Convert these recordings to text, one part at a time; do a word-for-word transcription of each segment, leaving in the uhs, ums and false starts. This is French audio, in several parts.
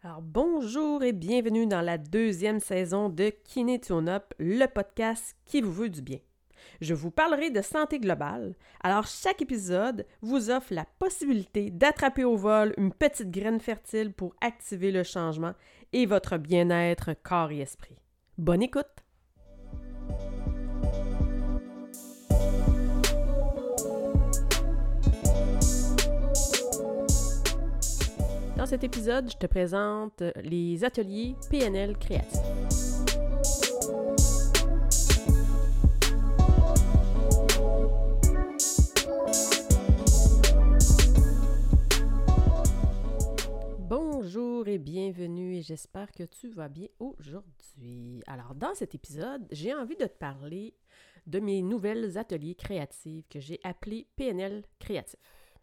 Alors bonjour et bienvenue dans la deuxième saison de Kiné Tune Up, le podcast qui vous veut du bien. Je vous parlerai de santé globale, alors chaque épisode vous offre la possibilité d'attraper au vol une petite graine fertile pour activer le changement et votre bien-être corps et esprit. Bonne écoute! Dans cet épisode, je te présente les ateliers P N L créatifs. Bonjour et bienvenue et j'espère que tu vas bien aujourd'hui. Alors dans cet épisode, j'ai envie de te parler de mes nouvelles ateliers créatifs que j'ai appelés P N L créatifs.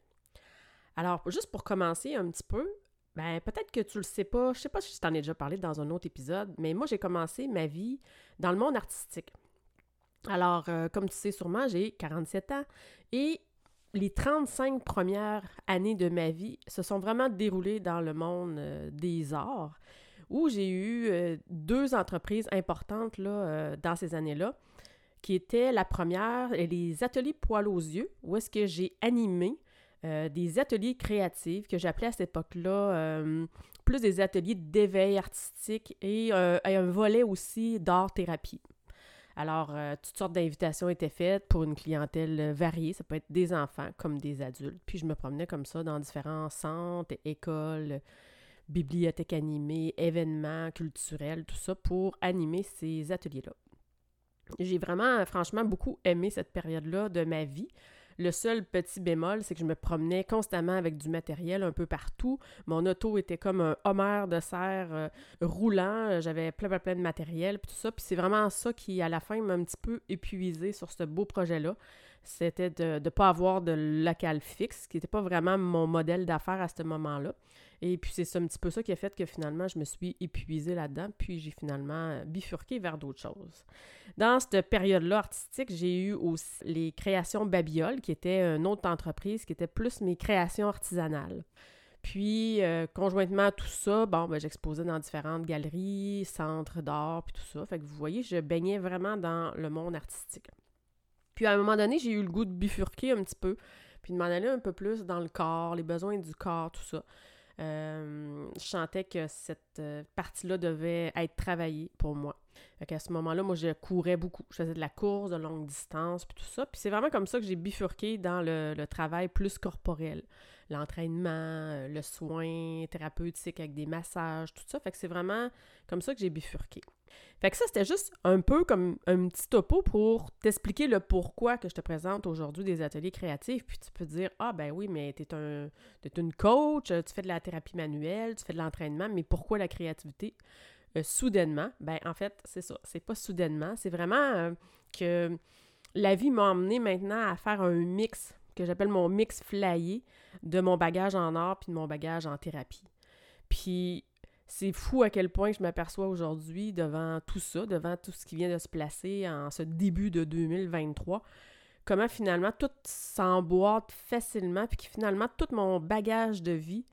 Alors, juste pour commencer un petit peu, ben peut-être que tu le sais pas, je sais pas si je t'en ai déjà parlé dans un autre épisode, mais moi j'ai commencé ma vie dans le monde artistique. Alors, euh, comme tu sais sûrement, j'ai quarante-sept ans et les trente-cinq premières années de ma vie se sont vraiment déroulées dans le monde euh, des arts, où j'ai eu euh, deux entreprises importantes là, euh, dans ces années-là, qui étaient la première, les ateliers poils aux yeux, où est-ce que j'ai animé Euh, des ateliers créatifs que j'appelais à cette époque-là euh, plus des ateliers d'éveil artistique et, euh, et un volet aussi d'art-thérapie. Alors, euh, toutes sortes d'invitations étaient faites pour une clientèle variée. Ça peut être des enfants comme des adultes. Puis je me promenais comme ça dans différents centres, écoles, bibliothèques animées, événements culturels, tout ça pour animer ces ateliers-là. J'ai vraiment, franchement, beaucoup aimé cette période-là de ma vie. Le seul petit bémol, c'est que je me promenais constamment avec du matériel un peu partout. Mon auto était comme un Homer de serre euh, roulant. J'avais plein, plein, plein de matériel, puis tout ça. Puis c'est vraiment ça qui, à la fin, m'a un petit peu épuisé sur ce beau projet-là. C'était de ne pas avoir de local fixe, qui n'était pas vraiment mon modèle d'affaires à ce moment-là. Et puis c'est ça, un petit peu ça qui a fait que finalement, je me suis épuisée là-dedans, puis j'ai finalement bifurqué vers d'autres choses. Dans cette période-là artistique, j'ai eu aussi les créations Babiole, qui était une autre entreprise, qui était plus mes créations artisanales. Puis, euh, conjointement à tout ça, bon, ben, j'exposais dans différentes galeries, centres d'art, puis tout ça. Fait que vous voyez, je baignais vraiment dans le monde artistique. Puis, à un moment donné, j'ai eu le goût de bifurquer un petit peu, puis de m'en aller un peu plus dans le corps, les besoins du corps, tout ça. Euh, je sentais que cette euh, partie-là devait être travaillée pour moi. Fait qu'à ce moment-là, moi, je courais beaucoup. Je faisais de la course de longue distance, puis tout ça. Puis c'est vraiment comme ça que j'ai bifurqué dans le, le travail plus corporel. L'entraînement, euh, le soin thérapeutique avec des massages, tout ça. Fait que c'est vraiment comme ça que j'ai bifurqué. Fait que ça, c'était juste un peu comme un petit topo pour t'expliquer le pourquoi que je te présente aujourd'hui des ateliers créatifs. Puis tu peux te dire, ah ben oui, mais t'es un, t'es une coach, tu fais de la thérapie manuelle, tu fais de l'entraînement, mais pourquoi la créativité? Euh, soudainement, ben en fait, c'est ça, c'est pas soudainement, c'est vraiment euh, que la vie m'a emmené maintenant à faire un mix, que j'appelle mon mix flyé, de mon bagage en art puis de mon bagage en thérapie. Puis c'est fou à quel point je m'aperçois aujourd'hui devant tout ça, devant tout ce qui vient de se placer en ce début de deux mille vingt-trois, comment finalement tout s'emboîte facilement, puis que finalement tout mon bagage de vie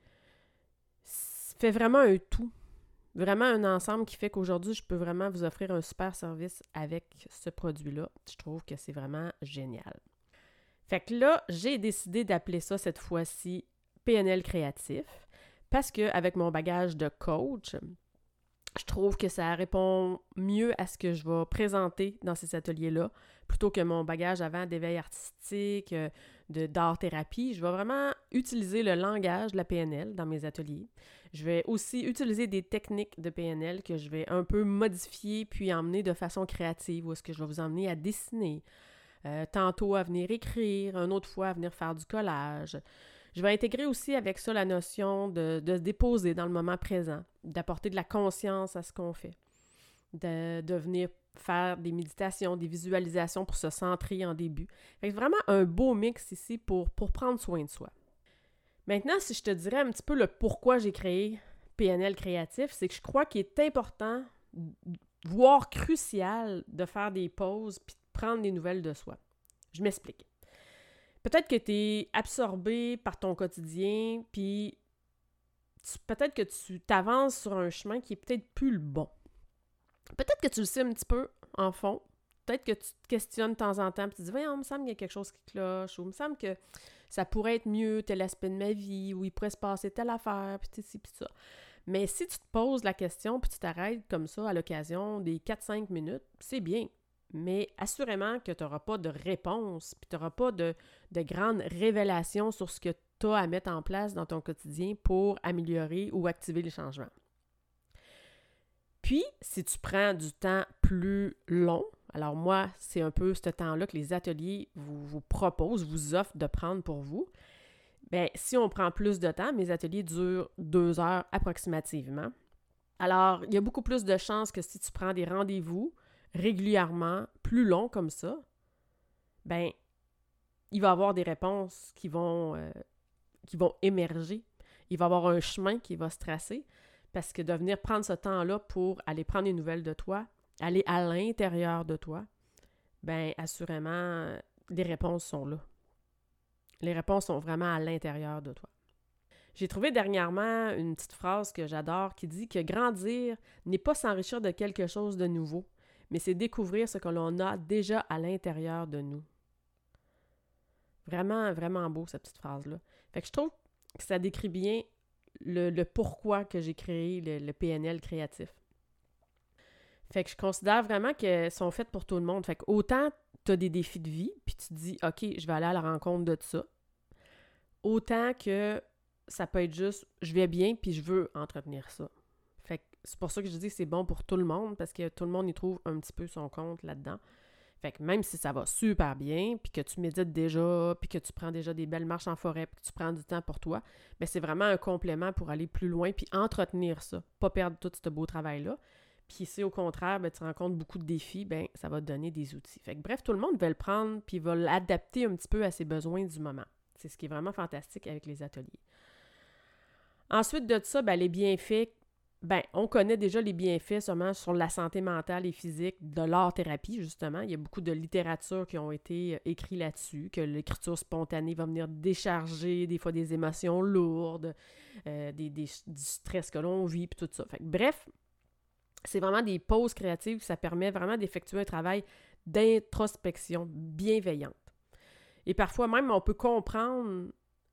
fait vraiment un tout. Vraiment un ensemble qui fait qu'aujourd'hui, je peux vraiment vous offrir un super service avec ce produit-là. Je trouve que c'est vraiment génial. Fait que là, j'ai décidé d'appeler ça cette fois-ci P N L créatif parce qu'avec mon bagage de coach, je trouve que ça répond mieux à ce que je vais présenter dans ces ateliers-là plutôt que mon bagage avant d'éveil artistique, de, d'art-thérapie. Je vais vraiment utiliser le langage de la P N L dans mes ateliers. Je vais aussi utiliser des techniques de P N L que je vais un peu modifier puis emmener de façon créative, où est-ce que je vais vous emmener à dessiner, euh, tantôt à venir écrire, une autre fois à venir faire du collage. Je vais intégrer aussi avec ça la notion de, de se déposer dans le moment présent, d'apporter de la conscience à ce qu'on fait, de, de venir faire des méditations, des visualisations pour se centrer en début. Fait que vraiment un beau mix ici pour, pour prendre soin de soi. Maintenant, si je te dirais un petit peu le pourquoi j'ai créé P N L créatif, c'est que je crois qu'il est important, voire crucial, de faire des pauses puis de prendre des nouvelles de soi. Je m'explique. Peut-être que tu es absorbé par ton quotidien, puis tu, peut-être que tu t'avances sur un chemin qui est peut-être plus le bon. Peut-être que tu le sais un petit peu en fond. Peut-être que tu te questionnes de temps en temps, puis tu te dis « Voyons, il me semble qu'il y a quelque chose qui cloche » ou « Il me semble que ça pourrait être mieux tel aspect de ma vie » ou « Il pourrait se passer telle affaire » puis tu sais, puis ça. Mais si tu te poses la question puis tu t'arrêtes comme ça à l'occasion des quatre cinq minutes, c'est bien. Mais assurément que tu n'auras pas de réponse puis tu n'auras pas de, de grandes révélations sur ce que tu as à mettre en place dans ton quotidien pour améliorer ou activer les changements. Puis, si tu prends du temps plus long, alors moi, c'est un peu ce temps-là que les ateliers vous, vous proposent, vous offrent de prendre pour vous. Bien, si on prend plus de temps, mes ateliers durent deux heures approximativement. Alors, il y a beaucoup plus de chances que si tu prends des rendez-vous régulièrement, plus longs comme ça, bien, il va y avoir des réponses qui vont, euh, qui vont émerger. Il va y avoir un chemin qui va se tracer. Parce que de venir prendre ce temps-là pour aller prendre des nouvelles de toi, aller à l'intérieur de toi, bien, assurément, les réponses sont là. Les réponses sont vraiment à l'intérieur de toi. J'ai trouvé dernièrement une petite phrase que j'adore qui dit que grandir n'est pas s'enrichir de quelque chose de nouveau, mais c'est découvrir ce que l'on a déjà à l'intérieur de nous. Vraiment, vraiment beau, cette petite phrase-là. Fait que je trouve que ça décrit bien Le, le pourquoi que j'ai créé le, le P N L créatif. Fait que je considère vraiment qu'elles sont faites pour tout le monde. Fait que autant tu as des défis de vie, puis tu te dis « OK, je vais aller à la rencontre de ça », autant que ça peut être juste « je vais bien, puis je veux entretenir ça ». Fait que c'est pour ça que je dis que c'est bon pour tout le monde, parce que tout le monde y trouve un petit peu son compte là-dedans. Fait que même si ça va super bien, puis que tu médites déjà, puis que tu prends déjà des belles marches en forêt, puis que tu prends du temps pour toi, bien c'est vraiment un complément pour aller plus loin, puis entretenir ça, pas perdre tout ce beau travail-là. Puis si au contraire, bien, tu rencontres beaucoup de défis, bien ça va te donner des outils. Fait que bref, tout le monde va le prendre, puis va l'adapter un petit peu à ses besoins du moment. C'est ce qui est vraiment fantastique avec les ateliers. Ensuite de ça, bien, les bienfaits. Bien, on connaît déjà les bienfaits seulement sur la santé mentale et physique de l'art-thérapie, justement. Il y a beaucoup de littérature qui ont été écrites là-dessus, que l'écriture spontanée va venir décharger des fois des émotions lourdes, euh, des, des, du stress que l'on vit, puis tout ça. Fait que, bref, c'est vraiment des pauses créatives, ça permet vraiment d'effectuer un travail d'introspection bienveillante. Et parfois même, on peut comprendre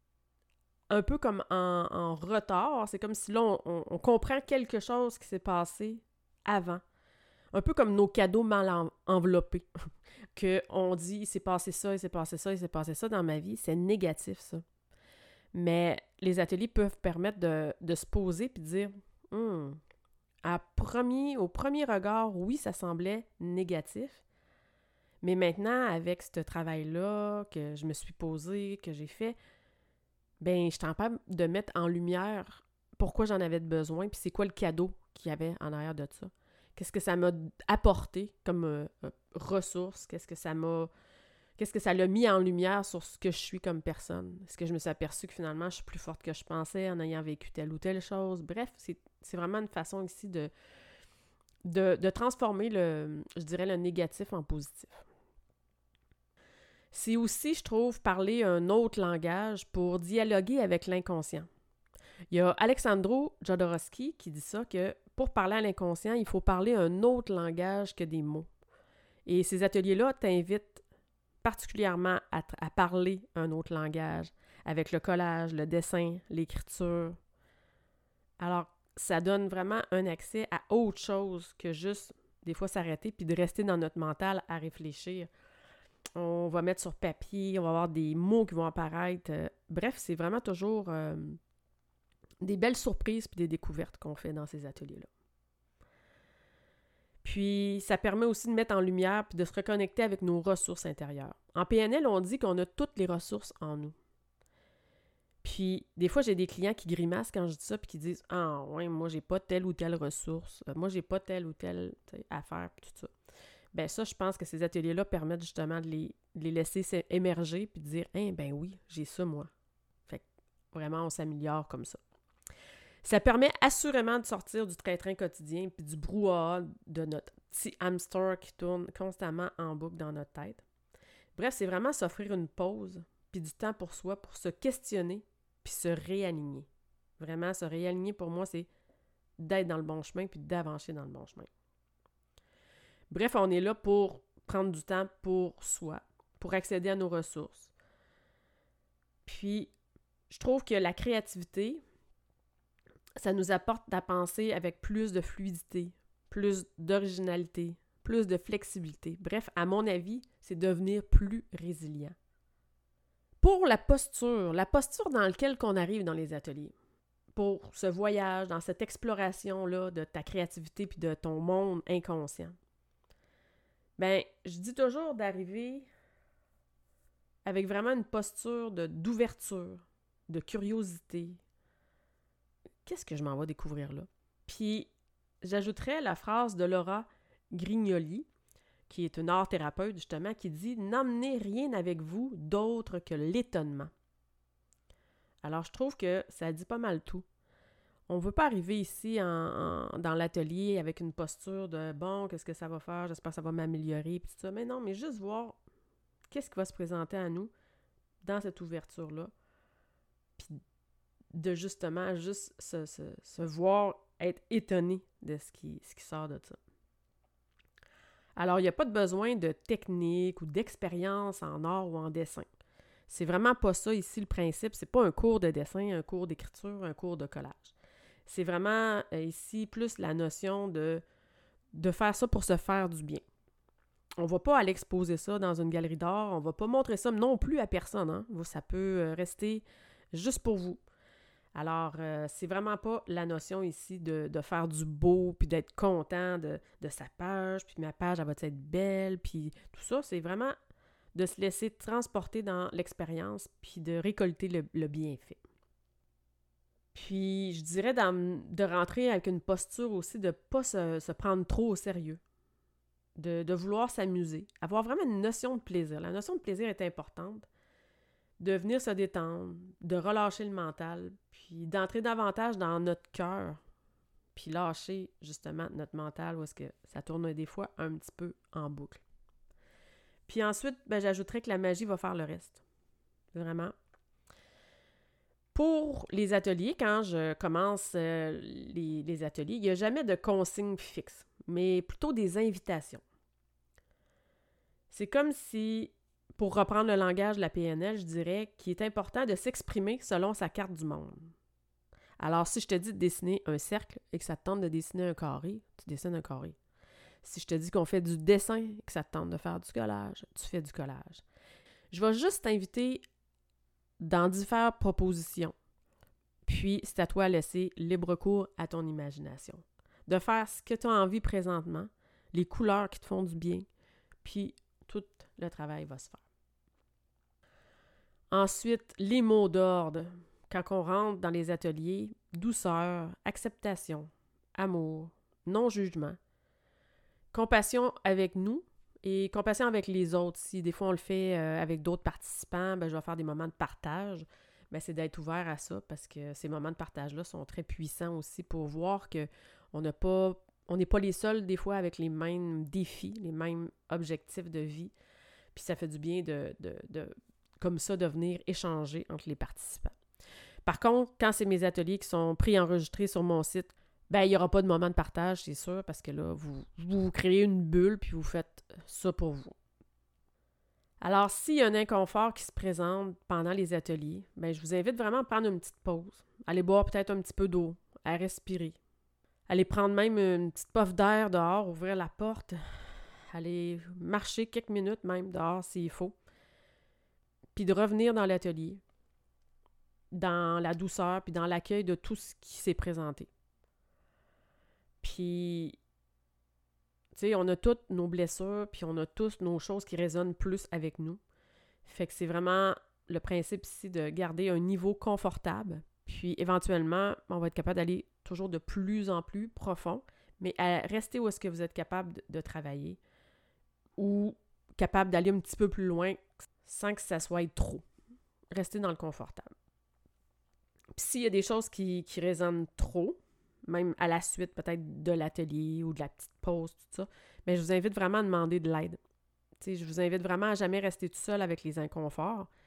un peu comme en, en retard. C'est comme si là, on, on, on comprend quelque chose qui s'est passé avant. Un peu comme nos cadeaux mal en, enveloppés. Qu'on dit, il s'est passé ça, il s'est passé ça, il s'est passé ça dans ma vie. C'est négatif, ça. Mais les ateliers peuvent permettre de, de se poser et de dire, hmm, à premier, au premier regard, oui, ça semblait négatif. Mais maintenant, avec ce travail-là que je me suis posé, que j'ai fait, ben je suis capable de mettre en lumière pourquoi j'en avais besoin, puis c'est quoi le cadeau qu'il y avait en arrière de ça. Qu'est-ce que ça m'a apporté comme euh, ressource, qu'est-ce que ça m'a qu'est-ce que ça l'a mis en lumière sur ce que je suis comme personne. Est-ce que je me suis aperçue que finalement je suis plus forte que je pensais en ayant vécu telle ou telle chose. Bref, c'est, c'est vraiment une façon ici de, de, de transformer le, je dirais, le négatif en positif. C'est aussi, je trouve, parler un autre langage pour dialoguer avec l'inconscient. Il y a Alexandro Jodorowsky qui dit ça, que pour parler à l'inconscient, il faut parler un autre langage que des mots. Et ces ateliers-là t'invitent particulièrement à, à parler un autre langage, avec le collage, le dessin, l'écriture. Alors, ça donne vraiment un accès à autre chose que juste, des fois, s'arrêter puis de rester dans notre mental à réfléchir. On va mettre sur papier, on va avoir des mots qui vont apparaître. Bref, c'est vraiment toujours euh, des belles surprises puis des découvertes qu'on fait dans ces ateliers-là. Puis, ça permet aussi de mettre en lumière puis de se reconnecter avec nos ressources intérieures. En P N L, on dit qu'on a toutes les ressources en nous. Puis, des fois, j'ai des clients qui grimacent quand je dis ça puis qui disent « Ah, ouais, moi, j'ai pas telle ou telle ressource. Moi, j'ai pas telle ou telle affaire. » puis tout ça. Bien, ça, je pense que ces ateliers-là permettent justement de les, de les laisser émerger puis de dire hein, « ben oui, j'ai ça, moi. » Fait que vraiment, on s'améliore comme ça. Ça permet assurément de sortir du train-train quotidien puis du brouhaha de notre petit hamster qui tourne constamment en boucle dans notre tête. Bref, c'est vraiment s'offrir une pause puis du temps pour soi pour se questionner puis se réaligner. Vraiment, se réaligner pour moi, c'est d'être dans le bon chemin puis d'avancer dans le bon chemin. Bref, on est là pour prendre du temps pour soi, pour accéder à nos ressources. Puis, je trouve que la créativité, ça nous apporte à penser avec plus de fluidité, plus d'originalité, plus de flexibilité. Bref, à mon avis, c'est devenir plus résilient. Pour la posture, la posture dans laquelle on arrive dans les ateliers, pour ce voyage, dans cette exploration-là de ta créativité puis de ton monde inconscient, ben, je dis toujours d'arriver avec vraiment une posture de, d'ouverture, de curiosité. Qu'est-ce que je m'en vais découvrir là? Puis, j'ajouterais la phrase de Laura Grignoli, qui est une art thérapeute justement, qui dit « N'emmenez rien avec vous d'autre que l'étonnement ». Alors, je trouve que ça dit pas mal tout. On ne veut pas arriver ici en, en, dans l'atelier avec une posture de « bon, qu'est-ce que ça va faire? J'espère que ça va m'améliorer », puis tout ça. Mais non, mais juste voir qu'est-ce qui va se présenter à nous dans cette ouverture-là, puis de justement juste se, se, se voir être étonné de ce qui, ce qui sort de ça. Alors, il n'y a pas de besoin de technique ou d'expérience en art ou en dessin. C'est vraiment pas ça ici le principe. C'est pas un cours de dessin, un cours d'écriture, un cours de collage. C'est vraiment euh, ici plus la notion de, de faire ça pour se faire du bien. On ne va pas aller exposer ça dans une galerie d'art, on ne va pas montrer ça non plus à personne. Hein? Ça peut rester juste pour vous. Alors, euh, c'est vraiment pas la notion ici de, de faire du beau, puis d'être content de, de sa page, puis ma page, elle va être belle, puis tout ça. C'est vraiment de se laisser transporter dans l'expérience, puis de récolter le, le bienfait. Puis, je dirais dans, de rentrer avec une posture aussi de ne pas se, se prendre trop au sérieux, de, de vouloir s'amuser, avoir vraiment une notion de plaisir. La notion de plaisir est importante. De venir se détendre, de relâcher le mental, puis d'entrer davantage dans notre cœur, puis lâcher justement notre mental où est-ce que ça tourne des fois un petit peu en boucle. Puis ensuite, ben, j'ajouterais que la magie va faire le reste. Vraiment. Pour les ateliers, quand je commence euh, les, les ateliers, il n'y a jamais de consignes fixes, mais plutôt des invitations. C'est comme si... Pour reprendre le langage de la P N L, je dirais qu'il est important de s'exprimer selon sa carte du monde. Alors, si je te dis de dessiner un cercle et que ça te tente de dessiner un carré, tu dessines un carré. Si je te dis qu'on fait du dessin et que ça te tente de faire du collage, tu fais du collage. Je vais juste t'inviter dans différentes propositions. Puis, c'est à toi de laisser libre cours à ton imagination. De faire ce que tu as envie présentement, les couleurs qui te font du bien, puis tout le travail va se faire. Ensuite, les mots d'ordre. Quand on rentre dans les ateliers, douceur, acceptation, amour, non-jugement, compassion avec nous et compassion avec les autres. Si des fois on le fait euh, avec d'autres participants, ben, je vais faire des moments de partage. Ben, c'est d'être ouvert à ça parce que ces moments de partage-là sont très puissants aussi pour voir qu'on n'a pas, on n'est pas les seuls des fois avec les mêmes défis, les mêmes objectifs de vie. Puis ça fait du bien de, de, de comme ça, de venir échanger entre les participants. Par contre, quand c'est mes ateliers qui sont pré-enregistrés sur mon site, ben il n'y aura pas de moment de partage, c'est sûr, parce que là, vous, vous créez une bulle puis vous faites ça pour vous. Alors, s'il y a un inconfort qui se présente pendant les ateliers, ben je vous invite vraiment à prendre une petite pause, aller boire peut-être un petit peu d'eau, à respirer, aller prendre même une petite puff d'air dehors, ouvrir la porte, aller marcher quelques minutes même dehors s'il faut, puis de revenir dans l'atelier, dans la douceur, puis dans l'accueil de tout ce qui s'est présenté. Puis, tu sais, on a toutes nos blessures, puis on a tous nos choses qui résonnent plus avec nous. Fait que c'est vraiment le principe ici de garder un niveau confortable, puis éventuellement, on va être capable d'aller toujours de plus en plus profond, mais à rester où est-ce que vous êtes capable de, de travailler, ou capable d'aller un petit peu plus loin sans que ça soit trop. Rester dans le confortable. Puis s'il y a des choses qui, qui résonnent trop, même à la suite peut-être de l'atelier ou de la petite pause, tout ça, bien, je vous invite vraiment à demander de l'aide. Tu sais, je vous invite vraiment à jamais rester tout seul avec les inconforts,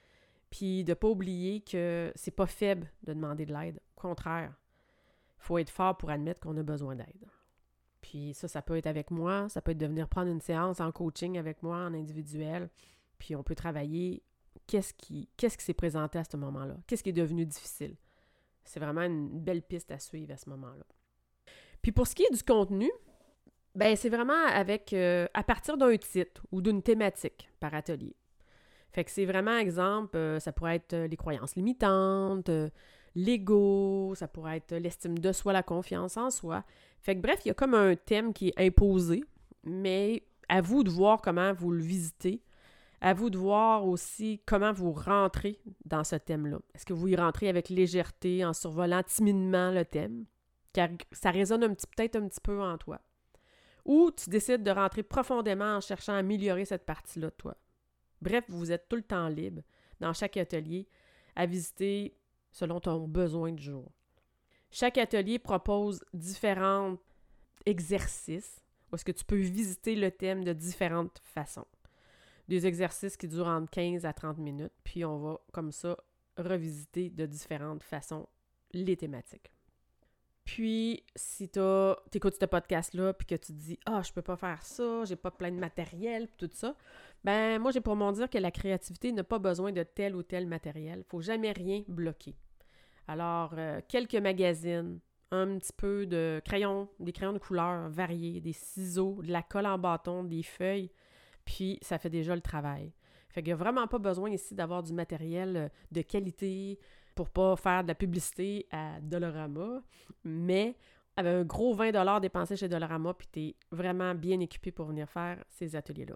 Puis de ne pas oublier que c'est pas faible de demander de l'aide. Au contraire, il faut être fort pour admettre qu'on a besoin d'aide. Puis ça, ça peut être avec moi, ça peut être de venir prendre une séance en coaching avec moi, en individuel. Puis on peut travailler qu'est-ce qui, qu'est-ce qui s'est présenté à ce moment-là, qu'est-ce qui est devenu difficile. C'est vraiment une belle piste à suivre à ce moment-là. Puis pour ce qui est du contenu, ben c'est vraiment avec euh, à partir d'un titre ou d'une thématique par atelier. Fait que c'est vraiment, exemple, euh, ça pourrait être les croyances limitantes, euh, l'ego, ça pourrait être l'estime de soi, la confiance en soi. Fait que bref, il y a comme un thème qui est imposé, mais à vous de voir comment vous le visitez. À vous de voir aussi comment vous rentrez dans ce thème-là. Est-ce que vous y rentrez avec légèreté, en survolant timidement le thème, car ça résonne un petit, peut-être un petit peu en toi. Ou tu décides de rentrer profondément en cherchant à améliorer cette partie-là de toi. Bref, vous êtes tout le temps libre, dans chaque atelier, à visiter selon ton besoin du jour. Chaque atelier propose différents exercices où est-ce que tu peux visiter le thème de différentes façons. Des exercices qui durent entre quinze à trente minutes, puis on va comme ça revisiter de différentes façons les thématiques. Puis, si tu écoutes ce podcast-là, puis que tu te dis « Ah, je peux pas faire ça, j'ai pas plein de matériel, puis tout ça », ben moi, j'ai pour mon dire que la créativité n'a pas besoin de tel ou tel matériel. Il faut jamais rien bloquer. Alors, euh, quelques magazines, un petit peu de crayons, des crayons de couleur variés, des ciseaux, de la colle en bâton, des feuilles, puis ça fait déjà le travail. Fait qu'il n'y a vraiment pas besoin ici d'avoir du matériel de qualité pour pas faire de la publicité à Dollarama, mais avec un gros vingt dollars dépensé chez Dollarama, puis tu es vraiment bien équipé pour venir faire ces ateliers-là.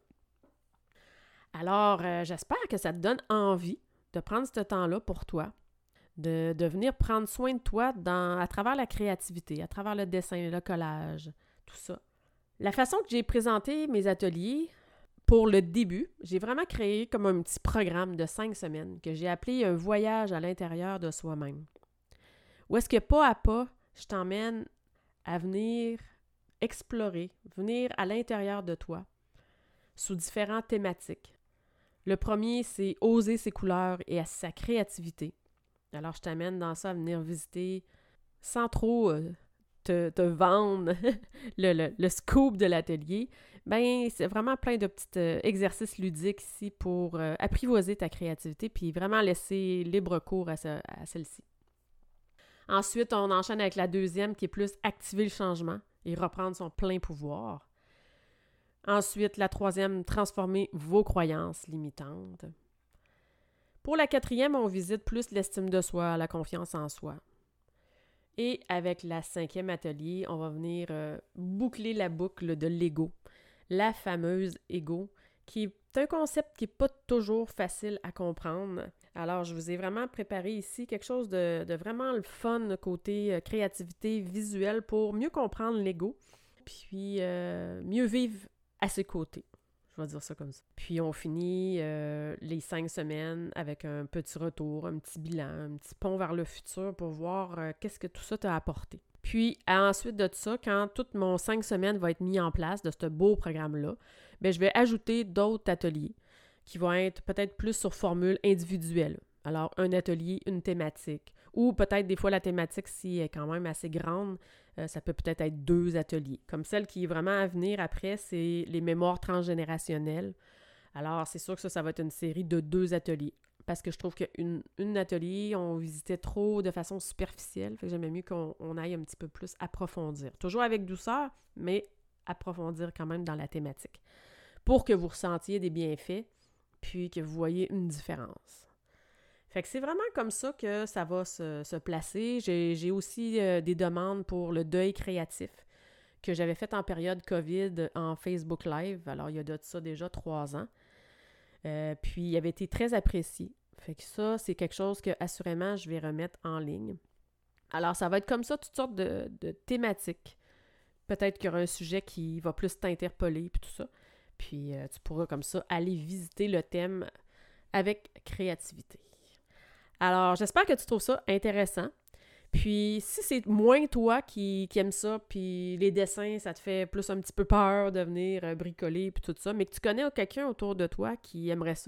Alors, euh, j'espère que ça te donne envie de prendre ce temps-là pour toi, de, de venir prendre soin de toi dans, à travers la créativité, à travers le dessin, le collage, tout ça. La façon que j'ai présenté mes ateliers, pour le début, j'ai vraiment créé comme un petit programme de cinq semaines que j'ai appelé un voyage à l'intérieur de soi-même. Où est-ce que pas à pas, je t'emmène à venir explorer, venir à l'intérieur de toi sous différentes thématiques. Le premier, c'est oser ses couleurs et à sa créativité. Alors, je t'amène dans ça à venir visiter sans trop euh, te, te vendre le, le, le scoop de l'atelier. Ben, c'est vraiment plein de petits euh, exercices ludiques ici pour euh, apprivoiser ta créativité puis vraiment laisser libre cours à, ce, à celle-ci. Ensuite, on enchaîne avec la deuxième qui est plus activer le changement et reprendre son plein pouvoir. Ensuite, la troisième, transformer vos croyances limitantes. Pour la quatrième, on visite plus l'estime de soi, la confiance en soi. Et avec la cinquième atelier, on va venir euh, boucler la boucle de l'ego. La fameuse ego, qui est un concept qui n'est pas toujours facile à comprendre. Alors, je vous ai vraiment préparé ici quelque chose de, de vraiment le fun côté euh, créativité visuelle pour mieux comprendre l'ego, puis euh, mieux vivre à ses côtés. Je vais dire ça comme ça. Puis on finit euh, les cinq semaines avec un petit retour, un petit bilan, un petit pont vers le futur pour voir euh, qu'est-ce que tout ça t'a apporté. Puis ensuite de ça, quand toute mon cinq semaines va être mis en place de ce beau programme-là, bien, je vais ajouter d'autres ateliers qui vont être peut-être plus sur formule individuelle. Alors, un atelier, une thématique. Ou peut-être des fois la thématique, si elle est quand même assez grande, euh, ça peut peut-être être deux ateliers. Comme celle qui est vraiment à venir après, c'est les mémoires transgénérationnelles. Alors, c'est sûr que ça, ça va être une série de deux ateliers. Parce que je trouve qu'une une atelier, on visitait trop de façon superficielle. Fait que j'aimais mieux qu'on on aille un petit peu plus approfondir. Toujours avec douceur, mais approfondir quand même dans la thématique. Pour que vous ressentiez des bienfaits, puis que vous voyez une différence. Fait que c'est vraiment comme ça que ça va se, se placer. J'ai, j'ai aussi euh, des demandes pour le deuil créatif que j'avais fait en période COVID en Facebook Live. Alors, il y a de ça déjà trois ans. Euh, puis, il avait été très apprécié. Fait que ça, c'est quelque chose que, assurément, je vais remettre en ligne. Alors, ça va être comme ça, toutes sortes de, de thématiques. Peut-être qu'il y aura un sujet qui va plus t'interpeller, puis tout ça. Puis, euh, tu pourras comme ça aller visiter le thème avec créativité. Alors, j'espère que tu trouves ça intéressant. Puis, si c'est moins toi qui, qui aime ça, puis les dessins, ça te fait plus un petit peu peur de venir bricoler, puis tout ça, mais que tu connais quelqu'un autour de toi qui aimerait ça,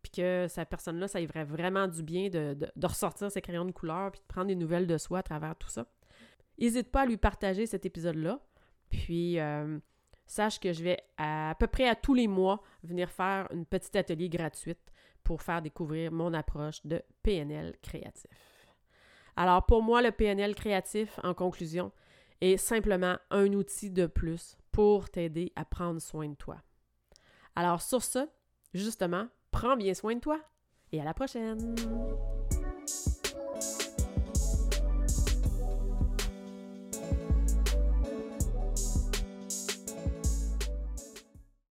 puis que cette personne-là, ça y ferait vraiment du bien de, de, de ressortir ses crayons de couleur puis de prendre des nouvelles de soi à travers tout ça. N'hésite pas à lui partager cet épisode-là. Puis, euh, sache que je vais à, à peu près à tous les mois venir faire une petite atelier gratuite pour faire découvrir mon approche de P N L créatif. Alors, pour moi, le P N L créatif, en conclusion, est simplement un outil de plus pour t'aider à prendre soin de toi. Alors, sur ce, justement, prends bien soin de toi et à la prochaine!